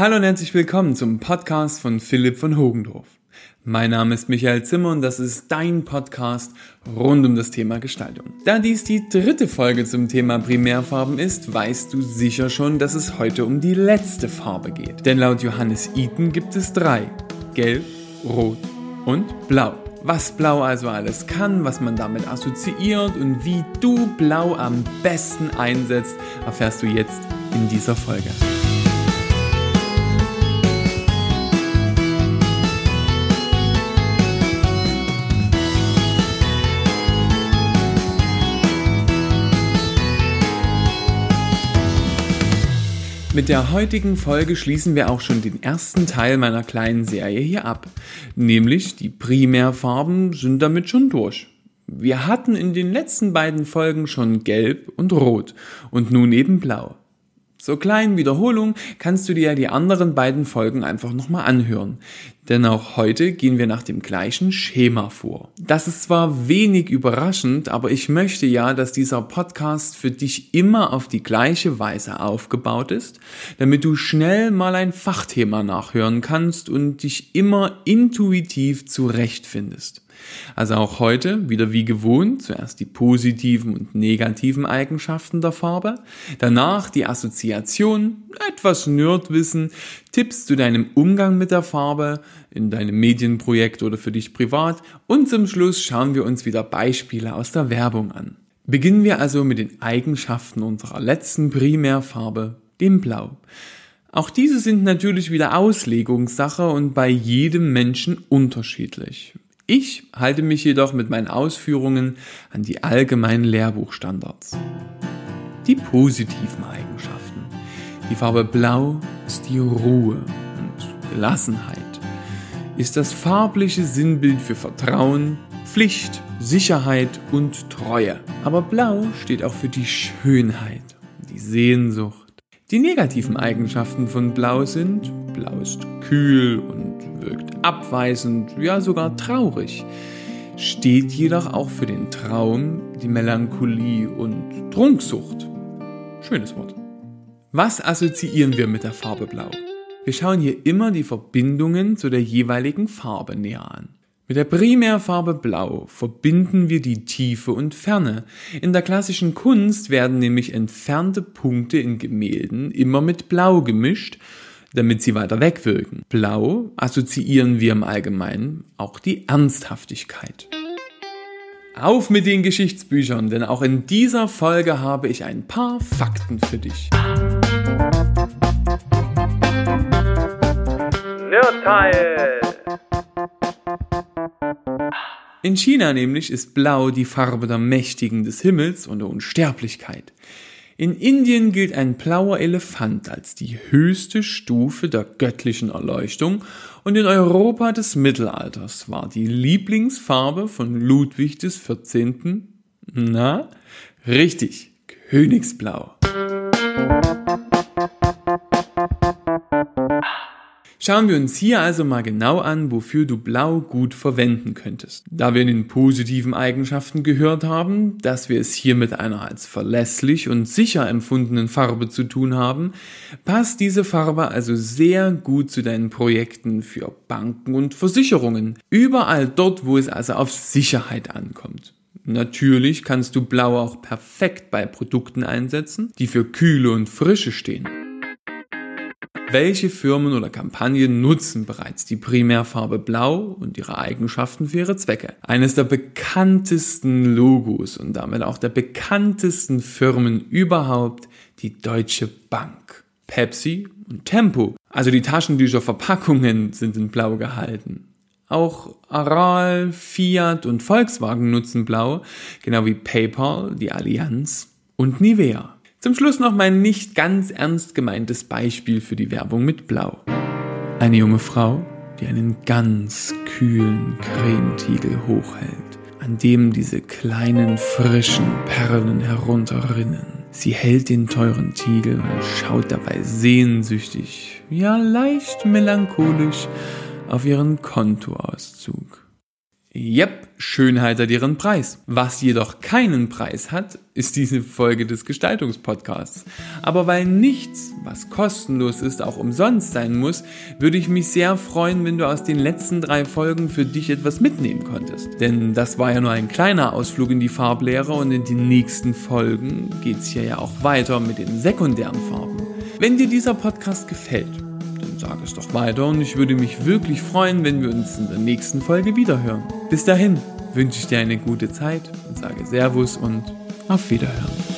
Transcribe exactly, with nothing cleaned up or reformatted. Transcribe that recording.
Hallo und herzlich willkommen zum Podcast von Philipp von Hogendorf. Mein Name ist Michael Zimmer und das ist dein Podcast rund um das Thema Gestaltung. Da dies die dritte Folge zum Thema Primärfarben ist, weißt du sicher schon, dass es heute um die letzte Farbe geht. Denn laut Johannes Iten gibt es drei: Gelb, Rot und Blau. Was Blau also alles kann, was man damit assoziiert und wie du Blau am besten einsetzt, erfährst du jetzt in dieser Folge. Mit der heutigen Folge schließen wir auch schon den ersten Teil meiner kleinen Serie hier ab. Nämlich die Primärfarben sind damit schon durch. Wir hatten in den letzten beiden Folgen schon Gelb und Rot und nun eben Blau. Zur kleinen Wiederholung kannst du dir ja die anderen beiden Folgen einfach nochmal anhören. Denn auch heute gehen wir nach dem gleichen Schema vor. Das ist zwar wenig überraschend, aber ich möchte ja, dass dieser Podcast für dich immer auf die gleiche Weise aufgebaut ist, damit du schnell mal ein Fachthema nachhören kannst und dich immer intuitiv zurechtfindest. Also auch heute, wieder wie gewohnt, zuerst die positiven und negativen Eigenschaften der Farbe, danach die Assoziation, etwas Nerdwissen, Tipps zu deinem Umgang mit der Farbe, in deinem Medienprojekt oder für dich privat und zum Schluss schauen wir uns wieder Beispiele aus der Werbung an. Beginnen wir also mit den Eigenschaften unserer letzten Primärfarbe, dem Blau. Auch diese sind natürlich wieder Auslegungssache und bei jedem Menschen unterschiedlich. Ich halte mich jedoch mit meinen Ausführungen an die allgemeinen Lehrbuchstandards. Die positiven Eigenschaften. Die Farbe Blau ist die Ruhe und Gelassenheit, ist das farbliche Sinnbild für Vertrauen, Pflicht, Sicherheit und Treue. Aber Blau steht auch für die Schönheit, die Sehnsucht. Die negativen Eigenschaften von Blau sind: Blau ist kühl und wirkt abweisend, ja sogar traurig, steht jedoch auch für den Traum, die Melancholie und Trunksucht. Schönes Wort. Was assoziieren wir mit der Farbe Blau? Wir schauen hier immer die Verbindungen zu der jeweiligen Farbe näher an. Mit der Primärfarbe Blau verbinden wir die Tiefe und Ferne. In der klassischen Kunst werden nämlich entfernte Punkte in Gemälden immer mit Blau gemischt, damit sie weiter wegwirken. Blau assoziieren wir im Allgemeinen auch die Ernsthaftigkeit. Auf mit den Geschichtsbüchern, denn auch in dieser Folge habe ich ein paar Fakten für dich. Nerdteil! In China nämlich ist Blau die Farbe der Mächtigen des Himmels und der Unsterblichkeit. In Indien gilt ein blauer Elefant als die höchste Stufe der göttlichen Erleuchtung und in Europa des Mittelalters war die Lieblingsfarbe von Ludwig des vierzehnten Na, richtig, Königsblau. Schauen wir uns hier also mal genau an, wofür du Blau gut verwenden könntest. Da wir in den positiven Eigenschaften gehört haben, dass wir es hier mit einer als verlässlich und sicher empfundenen Farbe zu tun haben, passt diese Farbe also sehr gut zu deinen Projekten für Banken und Versicherungen. Überall dort, wo es also auf Sicherheit ankommt. Natürlich kannst du Blau auch perfekt bei Produkten einsetzen, die für Kühle und Frische stehen. Welche Firmen oder Kampagnen nutzen bereits die Primärfarbe Blau und ihre Eigenschaften für ihre Zwecke? Eines der bekanntesten Logos und damit auch der bekanntesten Firmen überhaupt, die Deutsche Bank, Pepsi und Tempo. Also die Taschentücherverpackungen sind in Blau gehalten. Auch Aral, Fiat und Volkswagen nutzen Blau, genau wie PayPal, die Allianz und Nivea. Zum Schluss noch mein nicht ganz ernst gemeintes Beispiel für die Werbung mit Blau. Eine junge Frau, die einen ganz kühlen Cremetiegel hochhält, an dem diese kleinen frischen Perlen herunterrinnen. Sie hält den teuren Tiegel und schaut dabei sehnsüchtig, ja leicht melancholisch auf ihren Kontoauszug. Jep, Schönheit hat ihren Preis. Was jedoch keinen Preis hat, ist diese Folge des Gestaltungspodcasts. Aber weil nichts, was kostenlos ist, auch umsonst sein muss, würde ich mich sehr freuen, wenn du aus den letzten drei Folgen für dich etwas mitnehmen konntest. Denn das war ja nur ein kleiner Ausflug in die Farblehre und in den nächsten Folgen geht's hier ja auch weiter mit den sekundären Farben. Wenn dir dieser Podcast gefällt, sag es doch weiter und ich würde mich wirklich freuen, wenn wir uns in der nächsten Folge wiederhören. Bis dahin wünsche ich dir eine gute Zeit und sage Servus und auf Wiederhören.